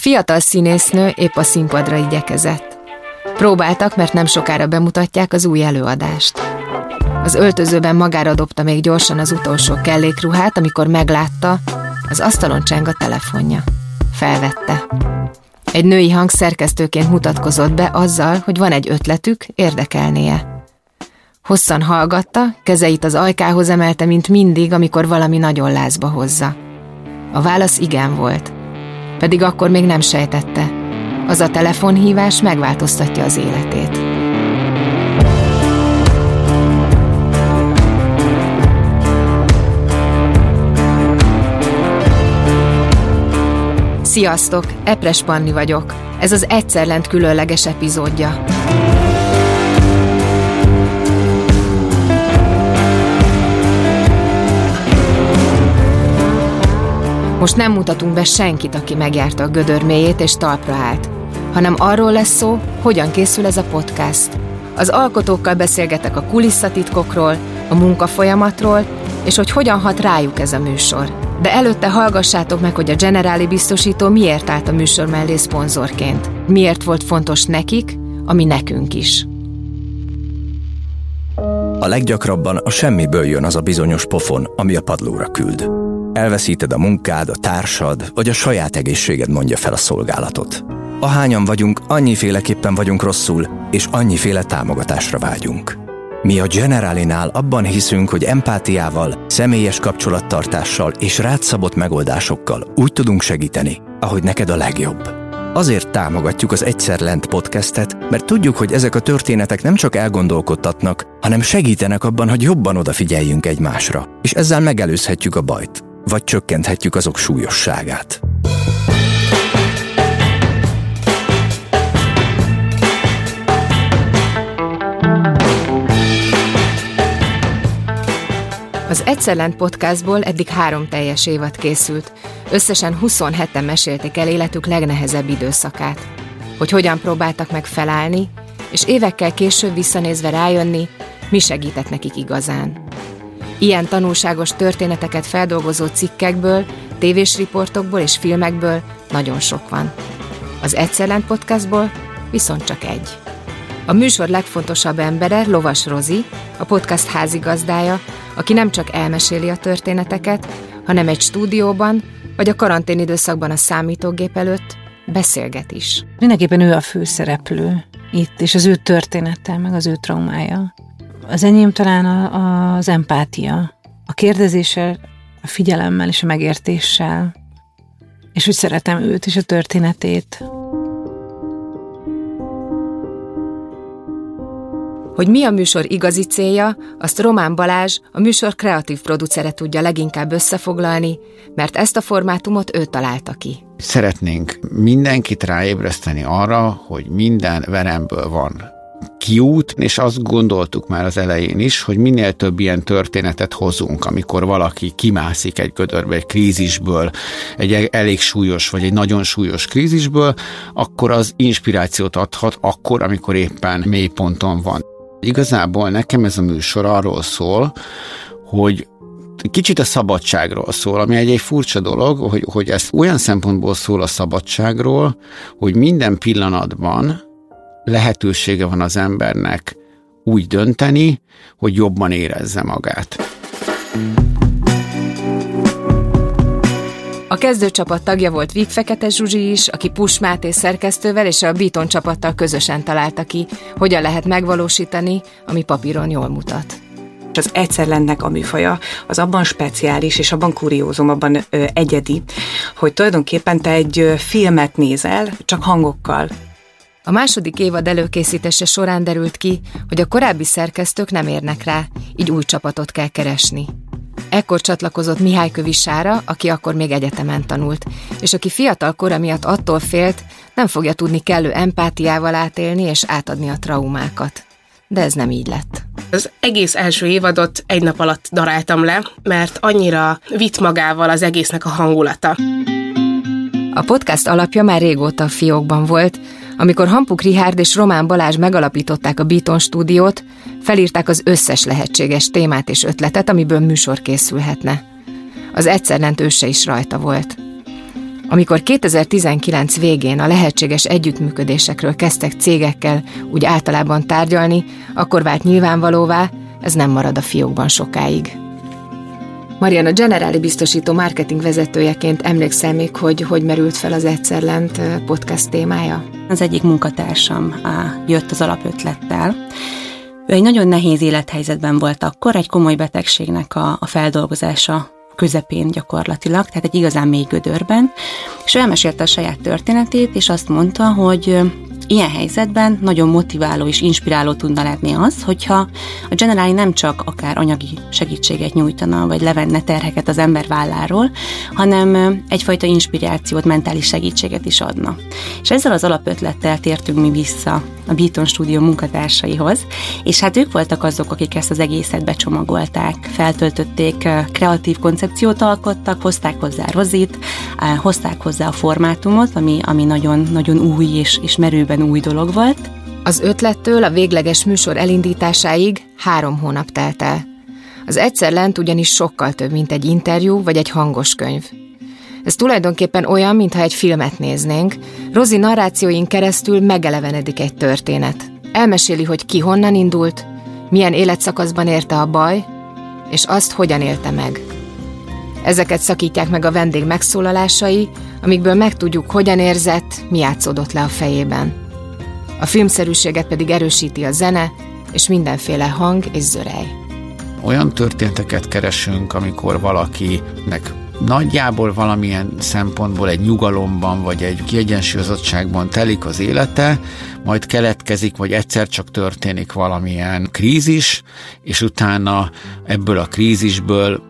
A fiatal színésznő épp a színpadra igyekezett. Próbáltak, mert nem sokára bemutatják az új előadást. Az öltözőben magára dobta még gyorsan az utolsó kellékruhát, amikor meglátta, az asztalon cseng a telefonja. Felvette. Egy női hang szerkesztőként mutatkozott be azzal, hogy van egy ötletük, érdekelnie. Hosszan hallgatta, kezeit az ajkához emelte, mint mindig, amikor valami nagyon lázba hozza. A válasz igen volt. Pedig akkor még nem sejtette. Az a telefonhívás megváltoztatja az életét. Sziasztok, Epres Panni vagyok. Ez az Egyszer Lent különleges epizódja. Most nem mutatunk be senkit, aki megjárta a gödör mélyét és talpra állt, hanem arról lesz szó, hogyan készül ez a podcast. Az alkotókkal beszélgetek a kulisszatitkokról, a munkafolyamatról, és hogy hogyan hat rájuk ez a műsor. De előtte hallgassátok meg, hogy a Generali biztosító miért állt a műsor mellé szponzorként. Miért volt fontos nekik, ami nekünk is. A leggyakrabban a semmiből jön az a bizonyos pofon, ami a padlóra küld. Elveszíted a munkád, a társad, vagy a saját egészséged mondja fel a szolgálatot. Ahányan vagyunk, annyiféleképpen vagyunk rosszul, és annyiféle támogatásra vágyunk. Mi a Generalinál abban hiszünk, hogy empátiával, személyes kapcsolattartással és rád szabott megoldásokkal úgy tudunk segíteni, ahogy neked a legjobb. Azért támogatjuk az Egyszer Lent podcastet, mert tudjuk, hogy ezek a történetek nem csak elgondolkodtatnak, hanem segítenek abban, hogy jobban odafigyeljünk egymásra, és ezzel megelőzhetjük a bajt, vagy csökkenthetjük azok súlyosságát. Az Egyszer Lent podcastból eddig 3 teljes évad készült. Összesen 27-en mesélték el életük legnehezebb időszakát. Hogy hogyan próbáltak meg felállni, és évekkel később visszanézve rájönni, mi segített nekik igazán. Ilyen tanulságos történeteket feldolgozó cikkekből, tévés riportokból és filmekből nagyon sok van. Az Egyszer Lent podcastból viszont csak egy. A műsor legfontosabb embere Lovas Rozi, a podcast házigazdája, aki nem csak elmeséli a történeteket, hanem egy stúdióban, vagy a karantén időszakban a számítógép előtt beszélget is. Mindenképpen ő a főszereplő itt, és az ő története, meg az ő traumája. Az enyém talán az empátia, a kérdezéssel, a figyelemmel és a megértéssel, és hogy szeretem őt és a történetét. Hogy mi a műsor igazi célja, azt Román Balázs, a műsor kreatív producere tudja leginkább összefoglalni, mert ezt a formátumot ő találta ki. Szeretnénk mindenkit ráébreszteni arra, hogy minden veremből van kiút, és azt gondoltuk már az elején is, hogy minél több ilyen történetet hozunk, amikor valaki kimászik egy gödörbe, egy krízisből, egy elég súlyos, vagy egy nagyon súlyos krízisből, akkor az inspirációt adhat akkor, amikor éppen mélyponton van. Igazából nekem ez a műsor arról szól, hogy kicsit a szabadságról szól, ami egy furcsa dolog, hogy ez olyan szempontból szól a szabadságról, hogy minden pillanatban lehetősége van az embernek úgy dönteni, hogy jobban érezze magát. A kezdőcsapat tagja volt Víg Fekete Zsuzsi is, aki Puss Máté szerkesztővel és a Beaton csapattal közösen találta ki, hogyan lehet megvalósítani, ami papíron jól mutat. Az Egyszer Lentnek a műfaja az abban speciális, és abban kuriózum, abban egyedi, hogy tulajdonképpen te egy filmet nézel, csak hangokkal. A második évad előkészítése során derült ki, hogy a korábbi szerkesztők nem érnek rá, így új csapatot kell keresni. Ekkor csatlakozott Mihály Kövi Sára, aki akkor még egyetemen tanult, és aki fiatal kora miatt attól félt, nem fogja tudni kellő empátiával átélni és átadni a traumákat. De ez nem így lett. Az egész első évadot egy nap alatt daráltam le, mert annyira vitt magával az egésznek a hangulata. A podcast alapja már régóta a fiókban volt. Amikor Hampuk Richárd és Román Balázs megalapították a Beaton stúdiót, felírták az összes lehetséges témát és ötletet, amiből műsor készülhetne. Az Egyszer Lent őse is rajta volt. Amikor 2019 végén a lehetséges együttműködésekről kezdtek cégekkel úgy általában tárgyalni, akkor vált nyilvánvalóvá, ez nem marad a fiókban sokáig. Marian, a Generali biztosító marketing vezetőjeként emlékszel még, hogy merült fel az Egyszer Lent podcast témája? Az egyik munkatársam jött az alapötlettel. Ő egy nagyon nehéz élethelyzetben volt akkor, egy komoly betegségnek a feldolgozása közepén gyakorlatilag, tehát egy igazán mély gödörben, és ő elmesélte a saját történetét, és azt mondta, hogy ilyen helyzetben nagyon motiváló és inspiráló tudna lenni az, hogyha a Generali nem csak akár anyagi segítséget nyújtana, vagy levenne terheket az ember válláról, hanem egyfajta inspirációt, mentális segítséget is adna. És ezzel az alapötlettel tértünk mi vissza a Beaton Studio munkatársaihoz, és hát ők voltak azok, akik ezt az egészet becsomagolták, feltöltötték, kreatív koncepciót alkottak, hozták hozzá Rozit, hozták hozzá a formátumot, ami nagyon, nagyon új és merőben új dolog volt. Az ötlettől a végleges műsor elindításáig 3 hónap telt el. Az Egyszer Lent ugyanis sokkal több, mint egy interjú vagy egy hangos könyv. Ez tulajdonképpen olyan, mintha egy filmet néznénk. Rozi narrációin keresztül megelevenedik egy történet. Elmeséli, hogy ki honnan indult, milyen életszakaszban érte a baj, és azt hogyan élte meg. Ezeket szakítják meg a vendég megszólalásai, amikből megtudjuk, hogyan érzett, mi játszódott le a fejében. A filmszerűséget pedig erősíti a zene, és mindenféle hang és zörej. Olyan történeteket keresünk, amikor valakinek nagyjából valamilyen szempontból egy nyugalomban, vagy egy kiegyensúlyozottságban telik az élete, majd keletkezik, vagy egyszer csak történik valamilyen krízis, és utána ebből a krízisből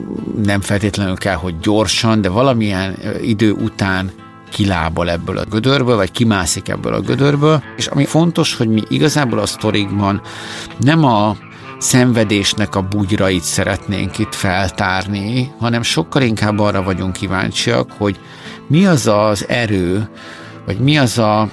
nem feltétlenül kell, hogy gyorsan, de valamilyen idő után kilábal ebből a gödörből, vagy kimászik ebből a gödörből. És ami fontos, hogy mi igazából a sztorikban nem a szenvedésnek a bugyrait szeretnénk itt feltárni, hanem sokkal inkább arra vagyunk kíváncsiak, hogy mi az az erő, vagy mi az a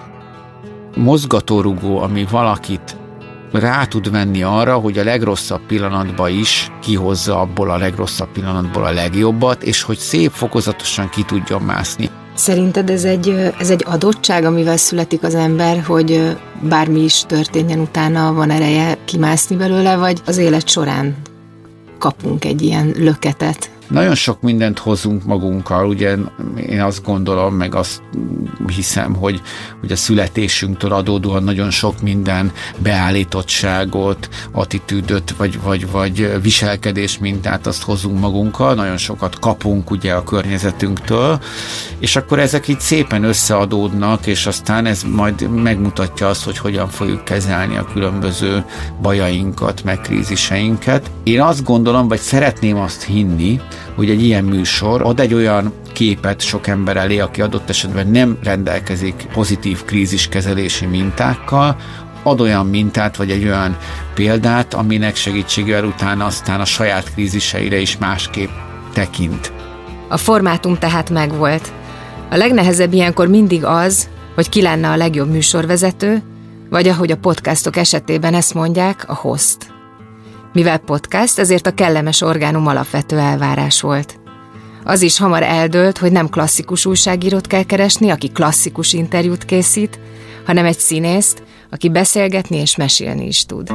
mozgatórugó, ami valakit rá tud venni arra, hogy a legrosszabb pillanatban is kihozza abból a legrosszabb pillanatból a legjobbat, és hogy szép fokozatosan ki tudjon mászni. Szerinted ez egy adottság, amivel születik az ember, hogy bármi is történjen utána, van ereje kimászni belőle, vagy az élet során kapunk egy ilyen löketet? Nagyon sok mindent hozunk magunkkal, ugye én azt gondolom, meg azt hiszem, hogy a születésünktől adódóan nagyon sok minden beállítottságot, attitűdöt, vagy viselkedés mintát azt hozunk magunkkal, nagyon sokat kapunk ugye a környezetünktől, és akkor ezek így szépen összeadódnak, és aztán ez majd megmutatja azt, hogy hogyan fogjuk kezelni a különböző bajainkat, meg kríziseinket. Én azt gondolom, vagy szeretném azt hinni, hogy egy ilyen műsor ad egy olyan képet sok ember elé, aki adott esetben nem rendelkezik pozitív kríziskezelési mintákkal, ad olyan mintát, vagy egy olyan példát, aminek segítségével utána aztán a saját kríziseire is másképp tekint. A formátum tehát megvolt. A legnehezebb ilyenkor mindig az, hogy ki lenne a legjobb műsorvezető, vagy ahogy a podcastok esetében ezt mondják, a host. Mivel podcast, ezért a kellemes orgánum alapvető elvárás volt. Az is hamar eldőlt, hogy nem klasszikus újságírót kell keresni, aki klasszikus interjút készít, hanem egy színészt, aki beszélgetni és mesélni is tud.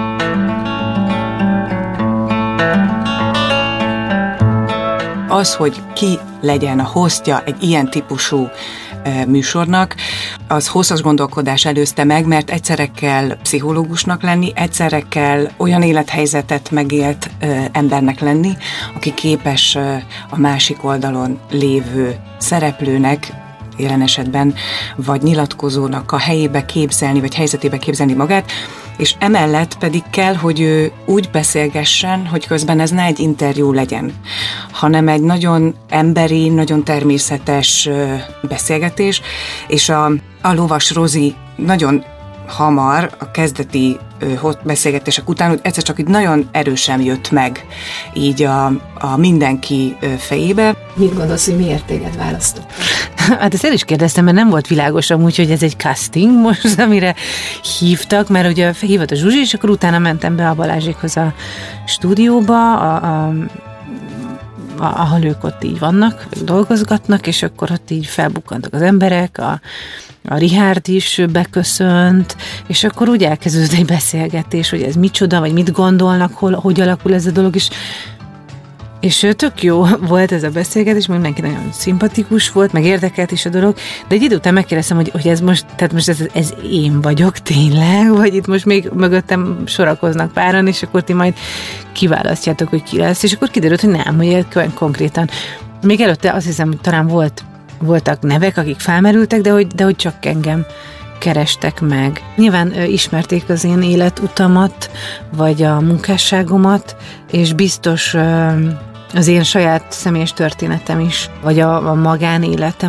Az, hogy ki legyen a hostja egy ilyen típusú műsornak, az hosszas gondolkodás előzte meg, mert egyszerre kell pszichológusnak lenni, egyszerre kell olyan élethelyzetet megélt embernek lenni, aki képes a másik oldalon lévő szereplőnek, jelen esetben, vagy nyilatkozónak a helyébe képzelni, vagy helyzetébe képzelni magát, és emellett pedig kell, hogy ő úgy beszélgessen, hogy közben ez ne egy interjú legyen, hanem egy nagyon emberi, nagyon természetes beszélgetés, és a lovas Rozi nagyon hamar a kezdeti beszélgetések után, hogy egyszer csak így nagyon erősen jött meg így a mindenki fejébe. Mit gondolsz, hogy miért téged választott? Hát ezt el is kérdeztem, mert nem volt világos amúgy, hogy ez egy casting most, amire hívtak, mert ugye hívott a Zsuzsi, és akkor utána mentem be a Balázsékhoz a stúdióba, a ahol ők ott így vannak, dolgozgatnak, és akkor ott így felbukkantak az emberek, a Richard is beköszönt, és akkor úgy elkezdődött egy beszélgetés, hogy ez micsoda, vagy mit gondolnak, hogy alakul ez a dolog, és tök jó volt ez a beszélgetés, mindenki nagyon szimpatikus volt, meg érdekelt is a dolog, de egy idő után megkérdeztem, hogy ez most, tehát most ez én vagyok tényleg, vagy itt most még mögöttem sorakoznak páran, és akkor ti majd kiválasztjátok, hogy ki lesz, és akkor kiderült, hogy nem, hogy konkrétan. Még előtte azt hiszem, hogy talán voltak nevek, akik felmerültek, de hogy csak engem kerestek meg. Nyilván ismerték az én életutamat, vagy a munkásságomat, és biztos az én saját személyes történetem is, vagy a magánéletem,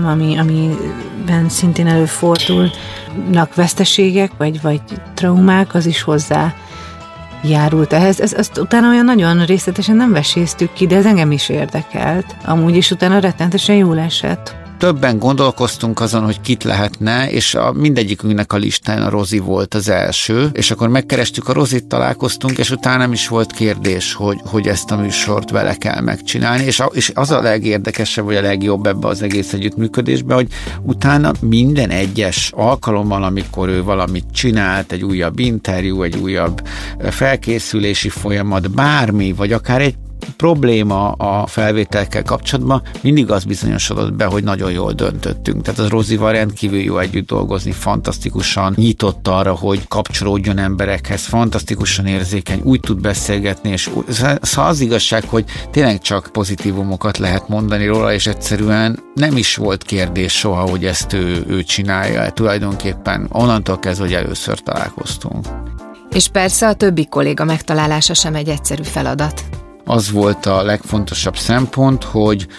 amiben szintén előfordulnak veszteségek, vagy traumák, az is hozzá járult ehhez. Ezt utána olyan nagyon részletesen nem veséztük ki, de ez engem is érdekelt. Amúgy is utána rettentesen jól esett. Többen gondolkoztunk azon, hogy kit lehetne, és mindegyikünknek a listán a Rozi volt az első, és akkor megkerestük a Rozit, találkoztunk, és utána nem is volt kérdés, hogy ezt a műsort vele kell megcsinálni, és az a legérdekesebb, vagy a legjobb ebbe az egész együttműködésbe, hogy utána minden egyes alkalommal, amikor ő valamit csinált, egy újabb interjú, egy újabb felkészülési folyamat, bármi, vagy akár egy probléma a felvételekkel kapcsolatban, mindig az bizonyosodott be, hogy nagyon jól döntöttünk. Tehát az Rozival rendkívül jó együtt dolgozni, fantasztikusan nyitott arra, hogy kapcsolódjon emberekhez, fantasztikusan érzékeny, úgy tud beszélgetni, és szóval az igazság, hogy tényleg csak pozitívumokat lehet mondani róla, és egyszerűen nem is volt kérdés soha, hogy ezt ő csinálja. Tulajdonképpen onnantól kezdve, hogy először találkoztunk. És persze a többi kolléga megtalálása sem egy egyszerű feladat. Az volt a legfontosabb szempont, hogy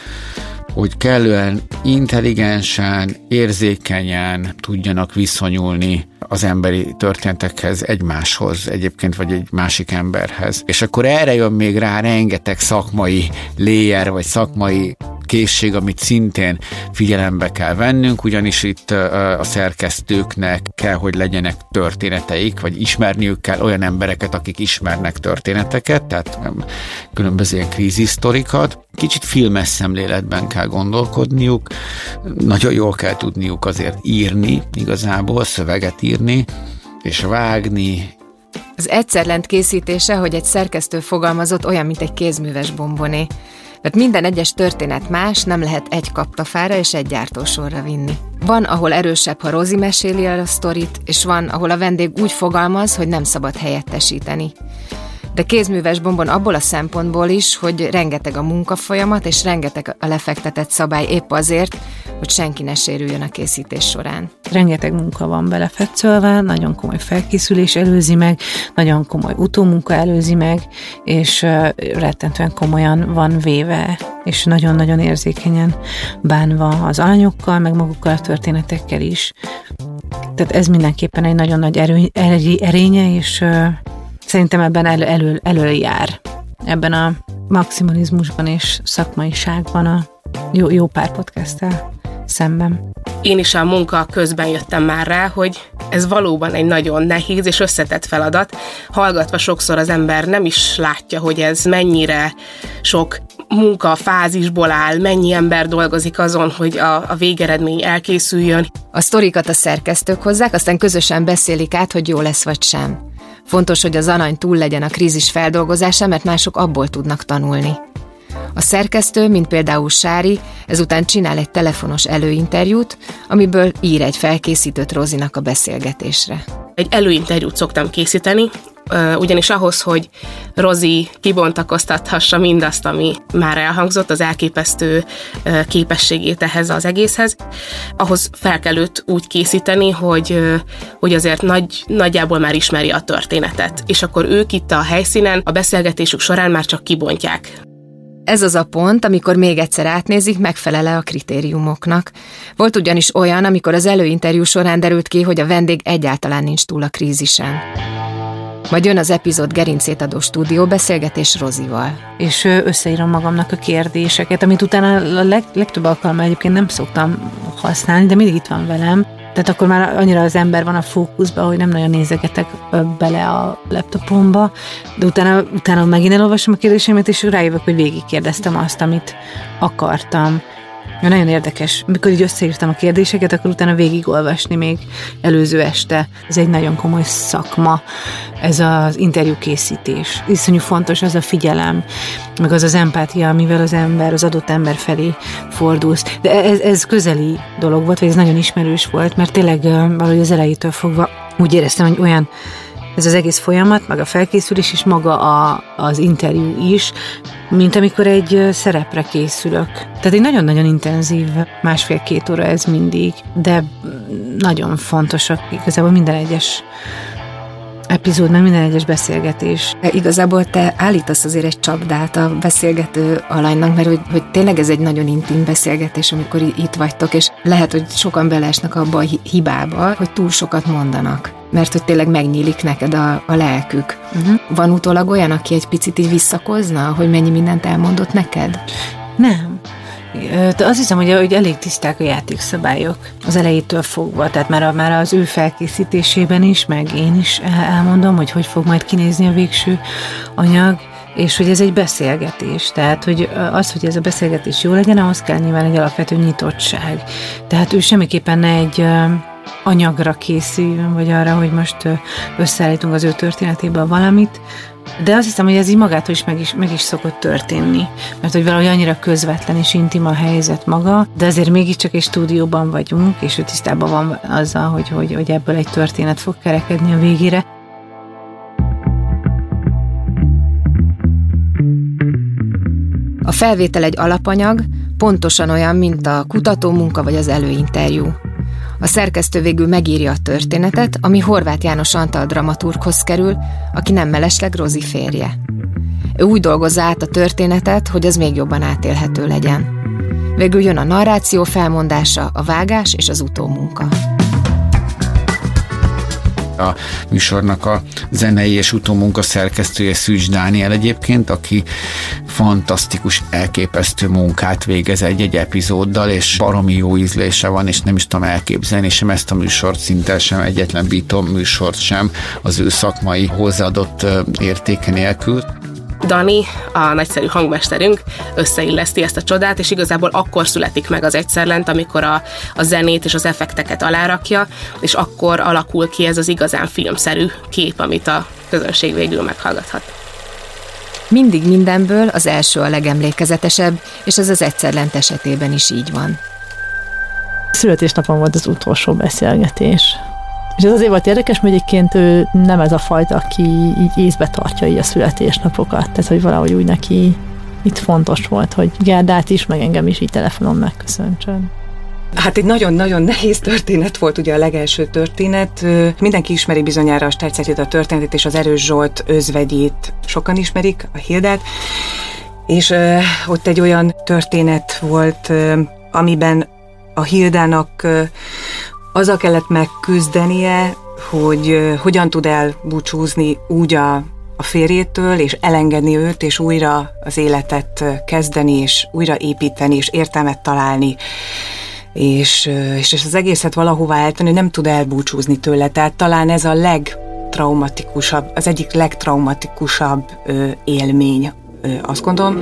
kellően intelligensen, érzékenyen tudjanak viszonyulni az emberi történetekhez, egymáshoz egyébként, vagy egy másik emberhez. És akkor erre jön még rá rengeteg szakmai layer, vagy szakmai készség, amit szintén figyelembe kell vennünk, ugyanis itt a szerkesztőknek kell, hogy legyenek történeteik, vagy ismerniük kell olyan embereket, akik ismernek történeteket, tehát különböző ilyen krízisztorikat. Kicsit filmes szemléletben kell gondolkodniuk, nagyon jól kell tudniuk azért írni, igazából szöveget írni, és vágni. Az Egyszerlent készítése, hogy egy szerkesztő fogalmazott, olyan, mint egy kézműves bomboné. Mert minden egyes történet más, nem lehet egy kaptafára és egy gyártósorra vinni. Van, ahol erősebb, ha Rozi meséli el a sztorit, és van, ahol a vendég úgy fogalmaz, hogy nem szabad helyettesíteni. De kézműves bombon abból a szempontból is, hogy rengeteg a munkafolyamat, és rengeteg a lefektetett szabály épp azért, hogy senki ne sérüljön a készítés során. Rengeteg munka van belefetszölve, nagyon komoly felkészülés előzi meg, nagyon komoly utómunka előzi meg, és rettentően komolyan van véve, és nagyon-nagyon érzékenyen bánva az alanyokkal, meg magukkal a történetekkel is. Tehát ez mindenképpen egy nagyon nagy erénye, és szerintem ebben elő jár. Ebben a maximalizmusban és szakmaiságban a jó pár podcasttel szemben. Én is a munka közben jöttem már rá, hogy ez valóban egy nagyon nehéz és összetett feladat. Hallgatva sokszor az ember nem is látja, hogy ez mennyire sok munkafázisból áll, mennyi ember dolgozik azon, hogy a végeredmény elkészüljön. A sztorikat a szerkesztők hozzák, aztán közösen beszélik át, hogy jó lesz vagy sem. Fontos, hogy az arany túl legyen a krízis feldolgozása, mert mások abból tudnak tanulni. A szerkesztő, mint például Sári, ezután csinál egy telefonos előinterjút, amiből ír egy felkészítőt Rozinak a beszélgetésre. Egy előinterjút szoktam készíteni, ugyanis ahhoz, hogy Rozi kibontakoztathassa mindazt, ami már elhangzott, az elképesztő képességét ehhez az egészhez, ahhoz fel kell őt úgy készíteni, hogy azért nagyjából már ismeri a történetet, és akkor ők itt a helyszínen a beszélgetésük során már csak kibontják. Ez az a pont, amikor még egyszer átnézik, megfelel-e a kritériumoknak. Volt ugyanis olyan, amikor az előinterjú során derült ki, hogy a vendég egyáltalán nincs túl a krízisen. Majd jön az epizód gerincét adó stúdióbeszélgetés Rozival. És összeírom magamnak a kérdéseket, amit utána a legtöbb alkalommal egyébként nem szoktam használni, de mindig itt van velem. Tehát akkor már annyira az ember van a fókuszban, hogy nem nagyon nézegetek bele a laptopomba, de utána megint elolvasom a kérdéseimet, és rájövök, hogy végigkérdeztem azt, amit akartam. Nagyon érdekes. Mikor így összeírtam a kérdéseket, akkor utána végigolvasni még előző este. Ez egy nagyon komoly szakma, ez az interjúkészítés. Iszonyú fontos az a figyelem, meg az empátia, amivel az adott ember felé fordulsz. De ez közeli dolog volt, vagy ez nagyon ismerős volt, mert tényleg valahogy az elejétől fogva úgy éreztem, hogy olyan ez az egész folyamat, meg a felkészülés, és maga az interjú is, mint amikor egy szerepre készülök. Tehát egy nagyon-nagyon intenzív 1,5-2 óra ez mindig, de nagyon fontosak igazából minden egyes epizód, meg minden egyes beszélgetés. Igazából te állítasz azért egy csapdát a beszélgető alanynak, mert hogy tényleg ez egy nagyon intim beszélgetés, amikor itt vagytok, és lehet, hogy sokan beleesnek abba a hibába, hogy túl sokat mondanak, mert hogy tényleg megnyílik neked a lelkük. Van utólag olyan, aki egy picit így visszakozna, hogy mennyi mindent elmondott neked? Nem. De azt hiszem, hogy elég tiszták a játékszabályok az elejétől fogva, tehát már az ő felkészítésében is, meg én is elmondom, hogy fog majd kinézni a végső anyag, és hogy ez egy beszélgetés, tehát hogy az, hogy ez a beszélgetés jó legyen, ahhoz kell nyilván egy alapvető nyitottság. Tehát ő semmiképpen ne egy anyagra készüljön, vagy arra, hogy most összeállítunk az ő történetéből valamit, de azt hiszem, hogy ez így magától is meg is szokott történni, mert hogy valahogy annyira közvetlen és intim a helyzet maga, de azért mégiscsak egy stúdióban vagyunk, és ő tisztában van azzal, hogy ebből egy történet fog kerekedni a végére. A felvétel egy alapanyag, pontosan olyan, mint a kutatómunka vagy az előinterjú. A szerkesztő végül megírja a történetet, ami Horváth János Antal dramaturghoz kerül, aki nem mellesleg Rozi férje. Ő úgy dolgozza át a történetet, hogy az még jobban átélhető legyen. Végül jön a narráció felmondása, a vágás és az utómunka. A műsornak a zenei és utómunka szerkesztője Szűcs Dániel egyébként, aki fantasztikus, elképesztő munkát végez egy epizóddal, és baromi jó ízlése van, és nem is tudom elképzelni sem ezt a műsort, szinte sem egyetlen Beaton műsort sem az ő szakmai hozzáadott értéke nélkül. Dani, a nagyszerű hangmesterünk összeilleszti ezt a csodát, és igazából akkor születik meg az Egyszerlent, amikor a zenét és az effekteket alárakja, és akkor alakul ki ez az igazán filmszerű kép, amit a közönség végül meghallgathat. Mindig mindenből az első a legemlékezetesebb, és ez az Egyszerlent esetében is így van. Születésnapon volt az utolsó beszélgetés. És ez azért volt érdekes, mert egyébként ő nem ez a fajta, aki így észbe tartja így a születésnapokat. Tehát, hogy valahogy úgy neki itt fontos volt, hogy Gerdát is, meg engem is így telefonon megköszöntsön. Hát egy nagyon-nagyon nehéz történet volt ugye a legelső történet. Mindenki ismeri bizonyára a Stercetét, a történetét, és az Erős Zsolt özvegyét sokan ismerik, a Hildát. És ott egy olyan történet volt, amiben a Hildának azzal kellett megküzdenie, hogy hogyan tud elbúcsúzni úgy a férjétől, és elengedni őt, és újra az életet kezdeni, és újra építeni, és értelmet találni. És az egészet valahová eltenni, nem tud elbúcsúzni tőle. Tehát talán ez a legtraumatikusabb, az egyik legtraumatikusabb élmény, azt gondolom.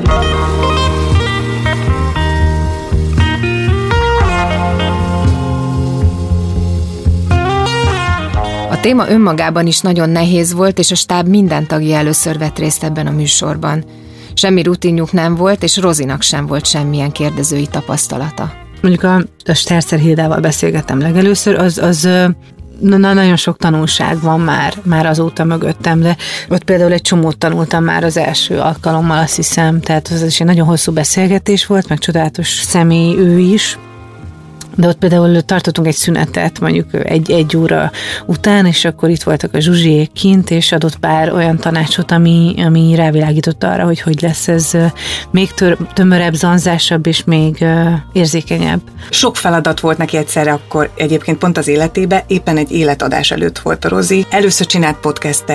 A téma önmagában is nagyon nehéz volt, és a stáb minden tagja először vett részt ebben a műsorban. Semmi rutinjuk nem volt, és Rozinak sem volt semmilyen kérdezői tapasztalata. Mondjuk a Stercer Hildával beszélgettem legelőször, az nagyon sok tanulság van már azóta mögöttem, de ott például egy csomót tanultam már az első alkalommal, azt hiszem, tehát az is egy nagyon hosszú beszélgetés volt, meg csodálatos személy ő is, de ott például tartottunk egy szünetet, mondjuk egy óra után, és akkor itt voltak a Zsuzsiék kint, és adott pár olyan tanácsot, ami rávilágított arra, hogy lesz ez még tömörebb, zanzásabb, és még érzékenyebb. Sok feladat volt neki egyszerre akkor egyébként pont az életébe, éppen egy életadás előtt volt a Rozi. Először csinált podcastet,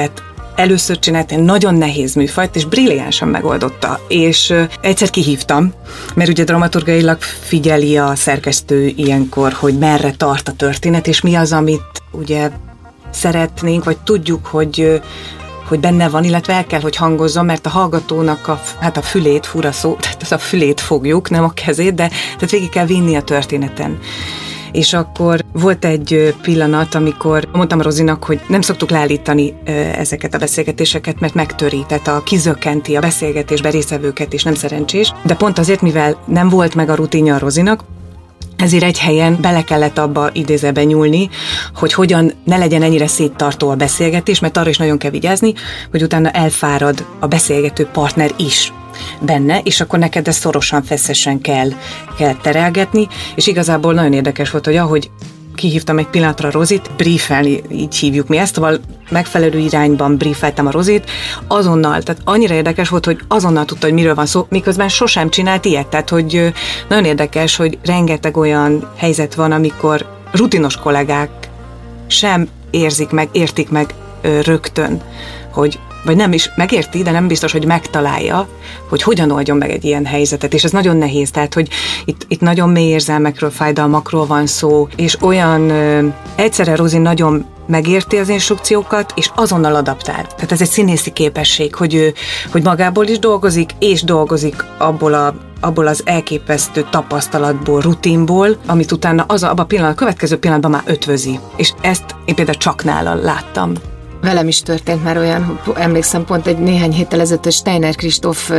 először csinált egy nagyon nehéz műfajt, és brilliánsan megoldotta. És egyszer kihívtam, mert ugye dramaturgiailag figyeli a szerkesztő ilyenkor, hogy merre tart a történet, és mi az, amit ugye szeretnénk, vagy tudjuk, hogy benne van, illetve el kell, hogy hangozzon, mert a hallgatónak a fülét, fura szó, tehát a fülét fogjuk, nem a kezét, de tehát végig kell vinni a történeten. És akkor volt egy pillanat, amikor mondtam Rozinak, hogy nem szoktuk leállítani ezeket a beszélgetéseket, mert megtöri, tehát kizökkenti a beszélgetésbe résztvevőket, és nem szerencsés. De pont azért, mivel nem volt meg a rutinja a Rozinak, ezért egy helyen bele kellett abba idézőben nyúlni, hogy hogyan ne legyen ennyire széttartó a beszélgetés, mert arra is nagyon kell vigyázni, hogy utána elfárad a beszélgető partner is benne, és akkor neked ezt szorosan, feszesen kell terelgetni, és igazából nagyon érdekes volt, hogy ahogy kihívtam egy pillanatra Rozit, briefelni, így hívjuk mi ezt, szóval megfelelő irányban briefeltem a Rozit, azonnal, tehát annyira érdekes volt, hogy azonnal tudta, hogy miről van szó, miközben sosem csinált ilyet, tehát hogy nagyon érdekes, hogy rengeteg olyan helyzet van, amikor rutinos kollégák sem értik meg rögtön, hogy vagy nem is megérti, de nem biztos, hogy megtalálja, hogy hogyan oldjon meg egy ilyen helyzetet, és ez nagyon nehéz, tehát, hogy itt nagyon mély érzelmekről, fájdalmakról van szó, és olyan egyszerre Rozi nagyon megérti az instrukciókat, és azonnal adaptál. Tehát ez egy színészi képesség, hogy magából is dolgozik, és dolgozik abból az elképesztő tapasztalatból, rutinból, amit utána következő pillanatban már ötvözi. És ezt én például csak nála láttam. Velem is történt már olyan, emlékszem pont egy néhány héttel ezelőtt, hogy Steiner Kristóf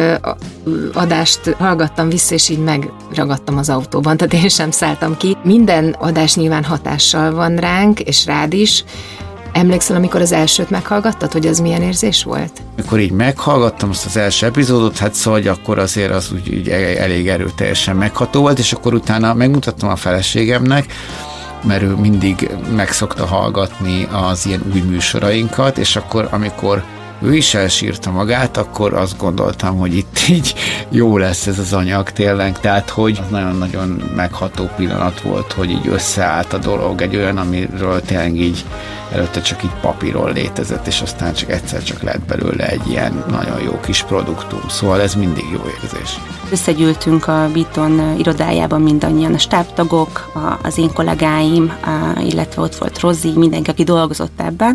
adást hallgattam vissza, és így megragadtam az autóban, tehát én sem szálltam ki. Minden adás nyilván hatással van ránk, és rád is. Emlékszel, amikor az elsőt meghallgattad, hogy az milyen érzés volt? Amikor így meghallgattam azt az első epizódot, hát szóval, hogy akkor azért az úgy elég erőteljesen megható volt, és akkor utána megmutattam a feleségemnek, mert ő mindig megszokta hallgatni az ilyen új műsorainkat, és akkor, amikor ő is elsírta magát, akkor azt gondoltam, hogy itt így jó lesz ez az anyag tényleg, tehát hogy az nagyon-nagyon megható pillanat volt, hogy így összeállt a dolog, egy olyan, amiről tényleg így előtte csak így papíron létezett, és aztán csak egyszer csak lett belőle egy ilyen nagyon jó kis produktum, szóval ez mindig jó érzés. Összegyűltünk a Beaton irodájában mindannyian, a stábtagok, az én kollégáim, illetve ott volt Rozi, mindenki, aki dolgozott ebben,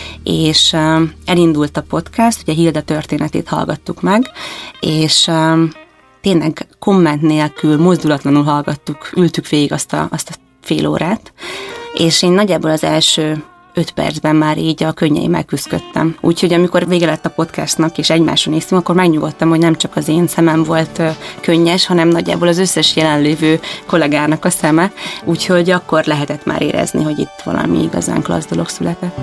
és elindult a podcast, ugye Hilda történetét hallgattuk meg, és tényleg komment nélkül, mozdulatlanul hallgattuk, ültük végig azt a fél órát, és én nagyjából az első 5 percben már így a könnyeimmel küzdöttem. Úgyhogy amikor vége lett a podcastnak, és egymásra néztünk, akkor megnyugodtam, hogy nem csak az én szemem volt könnyes, hanem nagyjából az összes jelenlévő kollégának a szeme. Úgyhogy akkor lehetett már érezni, hogy itt valami igazán klassz dolog született.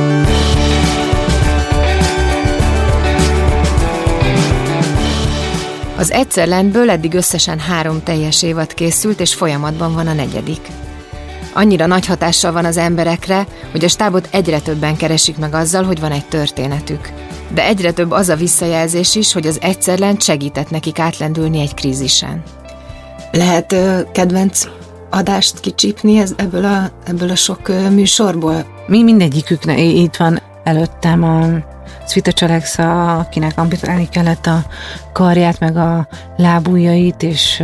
Az Egyszer Lentből eddig összesen 3 teljes évad készült, és folyamatban van a 4. Annyira nagy hatással van az emberekre, hogy a stábot egyre többen keresik meg azzal, hogy van egy történetük. De egyre több az a visszajelzés is, hogy az Egyszer Lent segített nekik átlendülni egy krízisen. Lehet kedvenc adást kicsípni ebből a sok műsorból? Mindegyiküknek itt van előttem a Svita Csalexa, akinek amputálni kellett a karját, meg a lábujjait,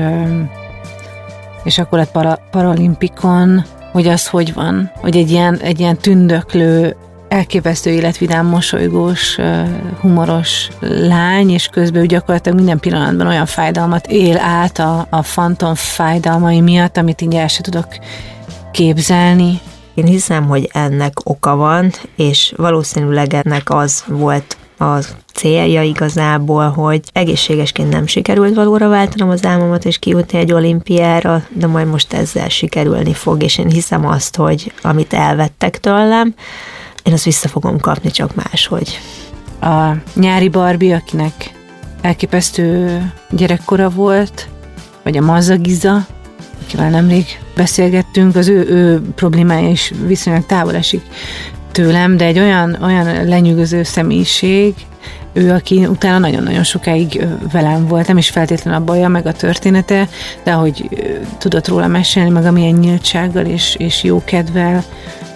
és akkor lett paralimpikon, hogy az hogy van, hogy egy ilyen tündöklő, elképesztő életvidám, mosolygós, humoros lány, és közben gyakorlatilag minden pillanatban olyan fájdalmat él át a fantom fájdalmai miatt, amit így el se tudok képzelni. Én hiszem, hogy ennek oka van, és valószínűleg ennek az volt a célja igazából, hogy egészségesként nem sikerült valóra váltanom az álmomat, és kijutni egy olimpiára, de majd most ezzel sikerülni fog, és én hiszem azt, hogy amit elvettek tőlem, én azt vissza fogom kapni, csak máshogy. A Nyári Barbie, akinek elképesztő gyerekkora volt, vagy a Mazza Giza, akivel nemrég beszélgettünk, az ő problémája is viszonylag távol esik tőlem, de egy olyan lenyűgöző személyiség, ő, aki utána nagyon-nagyon sokáig velem volt, nem is feltétlenül a baja, meg a története, de ahogy tudott róla mesélni, meg amilyen nyíltsággal és jó kedvel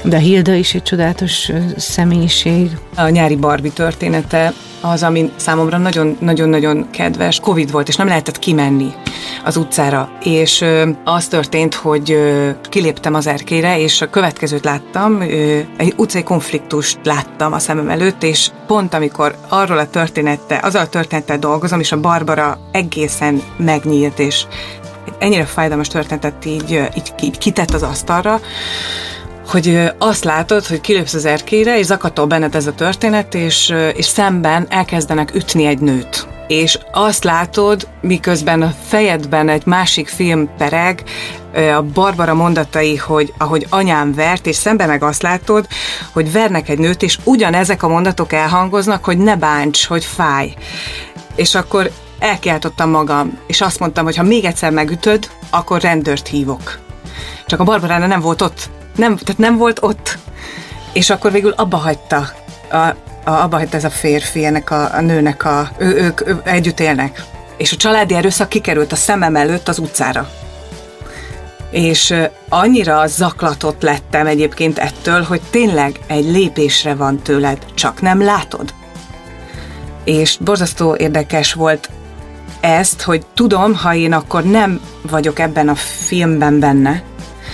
De Hilda is egy csodálatos személyiség. A nyári Barbie története az, ami számomra nagyon-nagyon kedves. Covid volt, és nem lehetett kimenni az utcára, és az történt, hogy kiléptem az erkélyre, és a következőt láttam, egy utcai konfliktust láttam a szemem előtt, és pont amikor azzal a történettel dolgozom, és a Barbara egészen megnyílt, és ennyire fájdalmas történetet így kitett az asztalra, hogy azt látod, hogy kilépsz az erkélyre, és zakatol benned ez a történet, és szemben elkezdenek ütni egy nőt. És azt látod, miközben a fejedben egy másik film pereg, a Barbara mondatai, hogy ahogy anyám vert, és szemben meg azt látod, hogy vernek egy nőt, és ugyanezek a mondatok elhangoznak, hogy ne bánts, hogy fáj. És akkor elkiáltottam magam, és azt mondtam, hogy ha még egyszer megütöd, akkor rendőrt hívok. Csak a Barbarána nem volt ott. Nem volt ott. És akkor végül abba hagyta ez a férfi, ennek a nőnek, ők együtt élnek. És a családi erőszak kikerült a szemem előtt az utcára. És annyira zaklatott lettem egyébként ettől, hogy tényleg egy lépésre van tőled, csak nem látod. És borzasztó érdekes volt ezt, hogy tudom, ha én akkor nem vagyok ebben a filmben benne,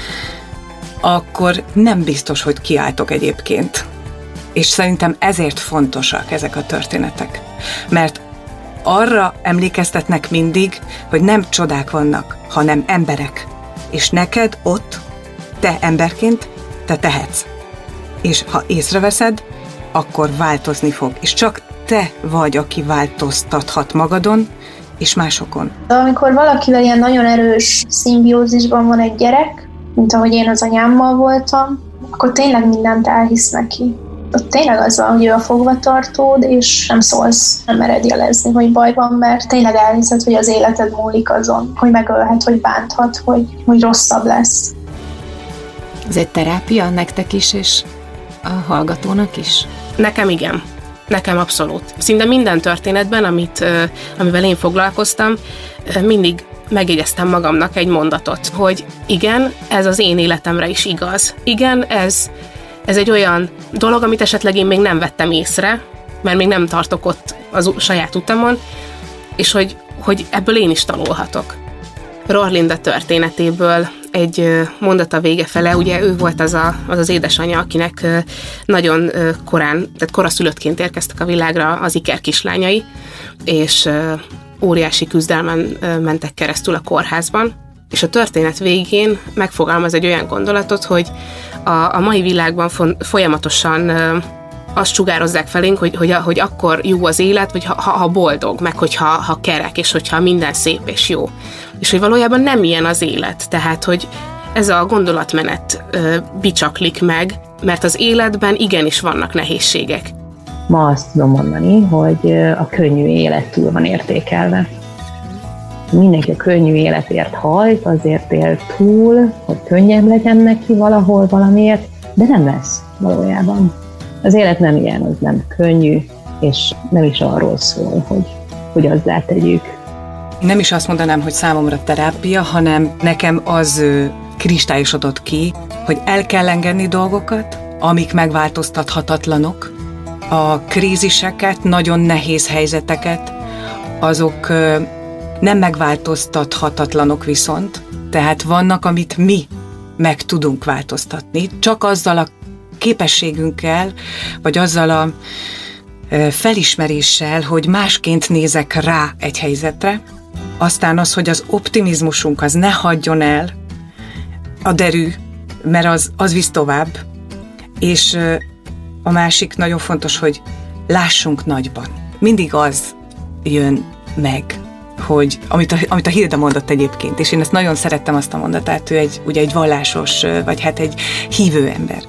akkor nem biztos, hogy kiáltok egyébként. És szerintem ezért fontosak ezek a történetek. Mert arra emlékeztetnek mindig, hogy nem csodák vannak, hanem emberek. És neked ott, te emberként, te tehetsz. És ha észreveszed, akkor változni fog. És csak te vagy, aki változtathat magadon és másokon. De amikor valakivel ilyen nagyon erős szimbiózisban van egy gyerek, mint ahogy én az anyámmal voltam, akkor tényleg mindent elhisz neki. Ott tényleg az van, hogy ő a fogvatartód, és nem szólsz, nem mered jelezni, hogy baj van, mert tényleg elhiszed, hogy az életed múlik azon, hogy megölhet, hogy bánthat, hogy rosszabb lesz. Ez egy terápia nektek is, és a hallgatónak is? Nekem igen. Nekem abszolút. Szinte minden történetben, amivel én foglalkoztam, mindig megjegyeztem magamnak egy mondatot, hogy igen, ez az én életemre is igaz. Igen, ez egy olyan dolog, amit esetleg én még nem vettem észre, mert még nem tartok ott az saját utamon, és hogy ebből én is tanulhatok. Rorlinda történetéből egy mondat a vége fele, ugye ő volt az édesanyja, akinek nagyon korán, tehát koraszülöttként érkeztek a világra az ikerkislányai, és óriási küzdelmen mentek keresztül a kórházban, és a történet végén megfogalmaz egy olyan gondolatot, hogy a mai világban folyamatosan azt sugározzák felénk, hogy akkor jó az élet, vagy ha boldog, meg hogyha kerek, és hogyha minden szép és jó. És hogy valójában nem ilyen az élet, tehát hogy ez a gondolatmenet bicsaklik meg, mert az életben igenis vannak nehézségek. Ma azt tudom mondani, hogy a könnyű élet túl van értékelve. Mindenki a könnyű életért hajt, azért él túl, hogy könnyebb legyen neki valahol valamiért, de nem lesz valójában. Az élet nem ilyen, az nem könnyű, és nem is arról szól, hogy azzá tegyük. Nem is azt mondanám, hogy számomra terápia, hanem nekem az kristályosodott ki, hogy el kell engedni dolgokat, amik megváltoztathatatlanok, a kríziseket, nagyon nehéz helyzeteket, azok nem megváltoztathatatlanok viszont, tehát vannak, amit mi meg tudunk változtatni, csak azzal a képességünkkel, vagy azzal a felismeréssel, hogy másként nézek rá egy helyzetre, aztán az, hogy az optimizmusunk az ne hagyjon el, a derű, mert az visz tovább, és a másik nagyon fontos, hogy lássunk nagyban. Mindig az jön meg, hogy amit a Hilda mondott egyébként, és én ezt nagyon szerettem azt a mondatát, ő ugye egy vallásos, vagy hát egy hívő ember.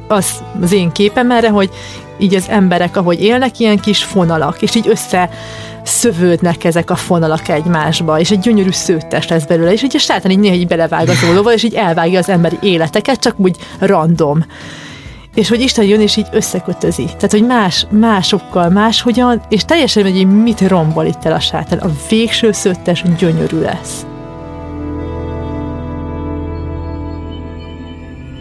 Az én képem erre, hogy így az emberek, ahogy élnek, ilyen kis fonalak, és így összeszövődnek ezek a fonalak egymásba, és egy gyönyörű szőttes lesz belőle, és így a sátán így néha így belevág az ollóval, és így elvágja az emberi életeket, csak úgy random. És hogy Isten jön, és így összekötözi. Tehát, hogy másokkal máshogyan, és teljesen, hogy mit rombol itt el a sátán. A végső szőttes gyönyörű lesz.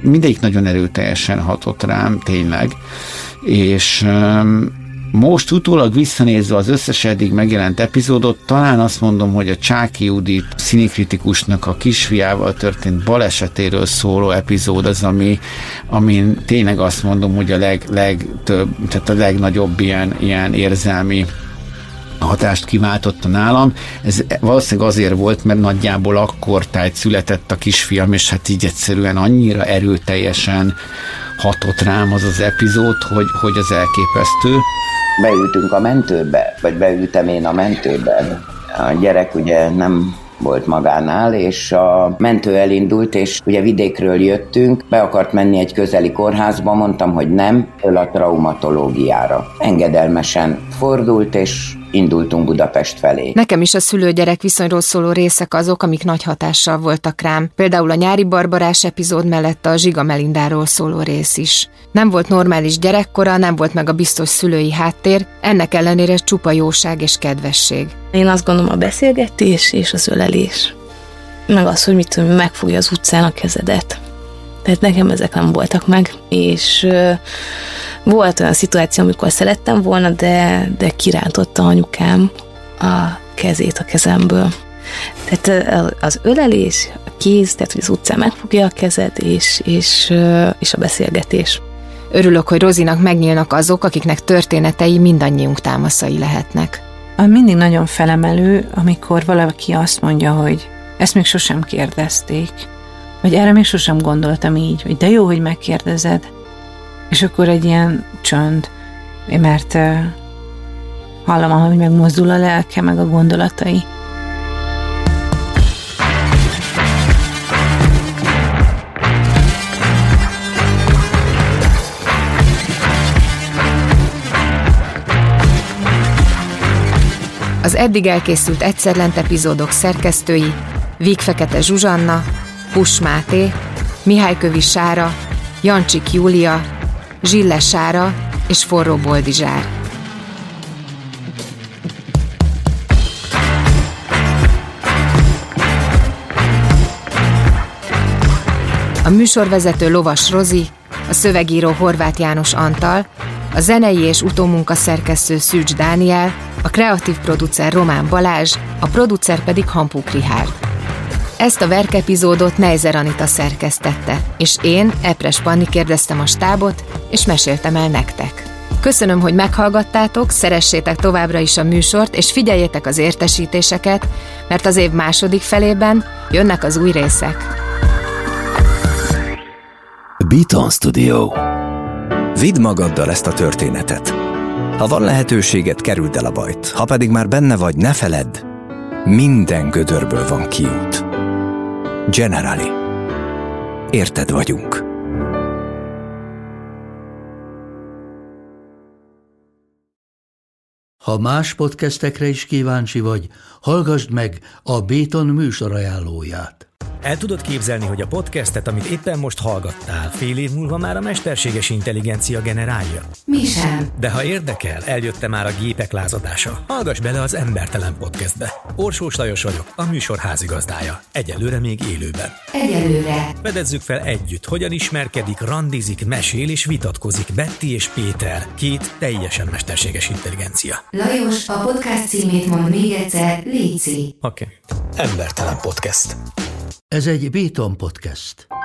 mindegyik nagyon erőteljesen hatott rám, tényleg, és most utólag visszanézve az összes eddig megjelent epizódot, talán azt mondom, hogy a Csáky Judit színikritikusnak a kisfiával történt balesetéről szóló epizód az, amin tényleg azt mondom, hogy a legtöbb, tehát a legnagyobb ilyen érzelmi hatást kiváltotta nálam. Ez valószínűleg azért volt, mert nagyjából akkortájt született a kisfiam, és hát így egyszerűen annyira erőteljesen hatott rám az epizód, hogy az elképesztő. Beültünk a mentőbe, vagy beültem én a mentőben. A gyerek ugye nem volt magánál, és a mentő elindult, és ugye vidékről jöttünk, be akart menni egy közeli kórházba, mondtam, hogy nem, föl a traumatológiára. Engedelmesen fordult, és indultunk Budapest felé. Nekem is a szülő-gyerek viszonyról szóló részek azok, amik nagy hatással voltak rám. Például a Nyári Barbarás epizód mellett a Zsiga Melindáról szóló rész is. Nem volt normális gyerekkora, nem volt meg a biztos szülői háttér, ennek ellenére csupa jóság és kedvesség. Én azt gondolom, a beszélgetés és az ölelés. Meg az, hogy mit tudom, megfogja az utcán a kezedet. Tehát nekem ezek nem voltak meg, és volt olyan szituáció, amikor szerettem volna, de kirántotta anyukám a kezét a kezemből. Tehát az ölelés, a kéz, tehát hogy az utcán megfogja a kezed, és a beszélgetés. Örülök, hogy Rozinak megnyílnak azok, akiknek történetei mindannyiunk támaszai lehetnek. Mindig nagyon felemelő, amikor valaki azt mondja, hogy ezt még sosem kérdezték, vagy erre még sosem gondoltam így, hogy de jó, hogy megkérdezed. És akkor egy ilyen csönd, mert hallom, ahogy megmozdul a lelke, meg a gondolatai. Az eddig elkészült Egyszerlent epizódok szerkesztői Vígfekete Zsuzsanna, Puss Máté, Mihálykövi Sára, Jancsik Júlia, Zsille Sára és Forró Boldizsár. A műsorvezető Lovas Rozi, a szövegíró Horváth János Antal, a zenei és utómunka szerkesztő Szűcs Dániel, a kreatív producer Román Balázs, a producer pedig Hampuk Richárd. Ezt a verkepizódot Neizer Anita szerkesztette, és én, Epres Panni kérdeztem a stábot, és meséltem el nektek. Köszönöm, hogy meghallgattátok, szeressétek továbbra is a műsort, és figyeljétek az értesítéseket, mert az év második felében jönnek az új részek. Beaton Studio. Vidd magaddal ezt a történetet. Ha van lehetőséged, kerüld el a bajt. Ha pedig már benne vagy, ne feledd, minden gödörből van kiút. Generali. Érted vagyunk. Ha más podcastekre is kíváncsi vagy, hallgassd meg a Béton műsorajánlóját. El tudod képzelni, hogy a podcastet, amit éppen most hallgattál, fél év múlva már a mesterséges intelligencia generálja? Mi sem. De ha érdekel, eljött már a gépek lázadása. Hallgass bele az Embertelen podcastbe. Orsós Lajos vagyok, a műsor házigazdája. Egyelőre még élőben. Egyelőre. Fedezzük fel együtt, hogyan ismerkedik, randizik, mesél és vitatkozik Betty és Péter, két teljesen mesterséges intelligencia. Lajos, a podcast címét mond még egyszer, léci. Oké. Embertelen podcast. Ez egy Béton podcast.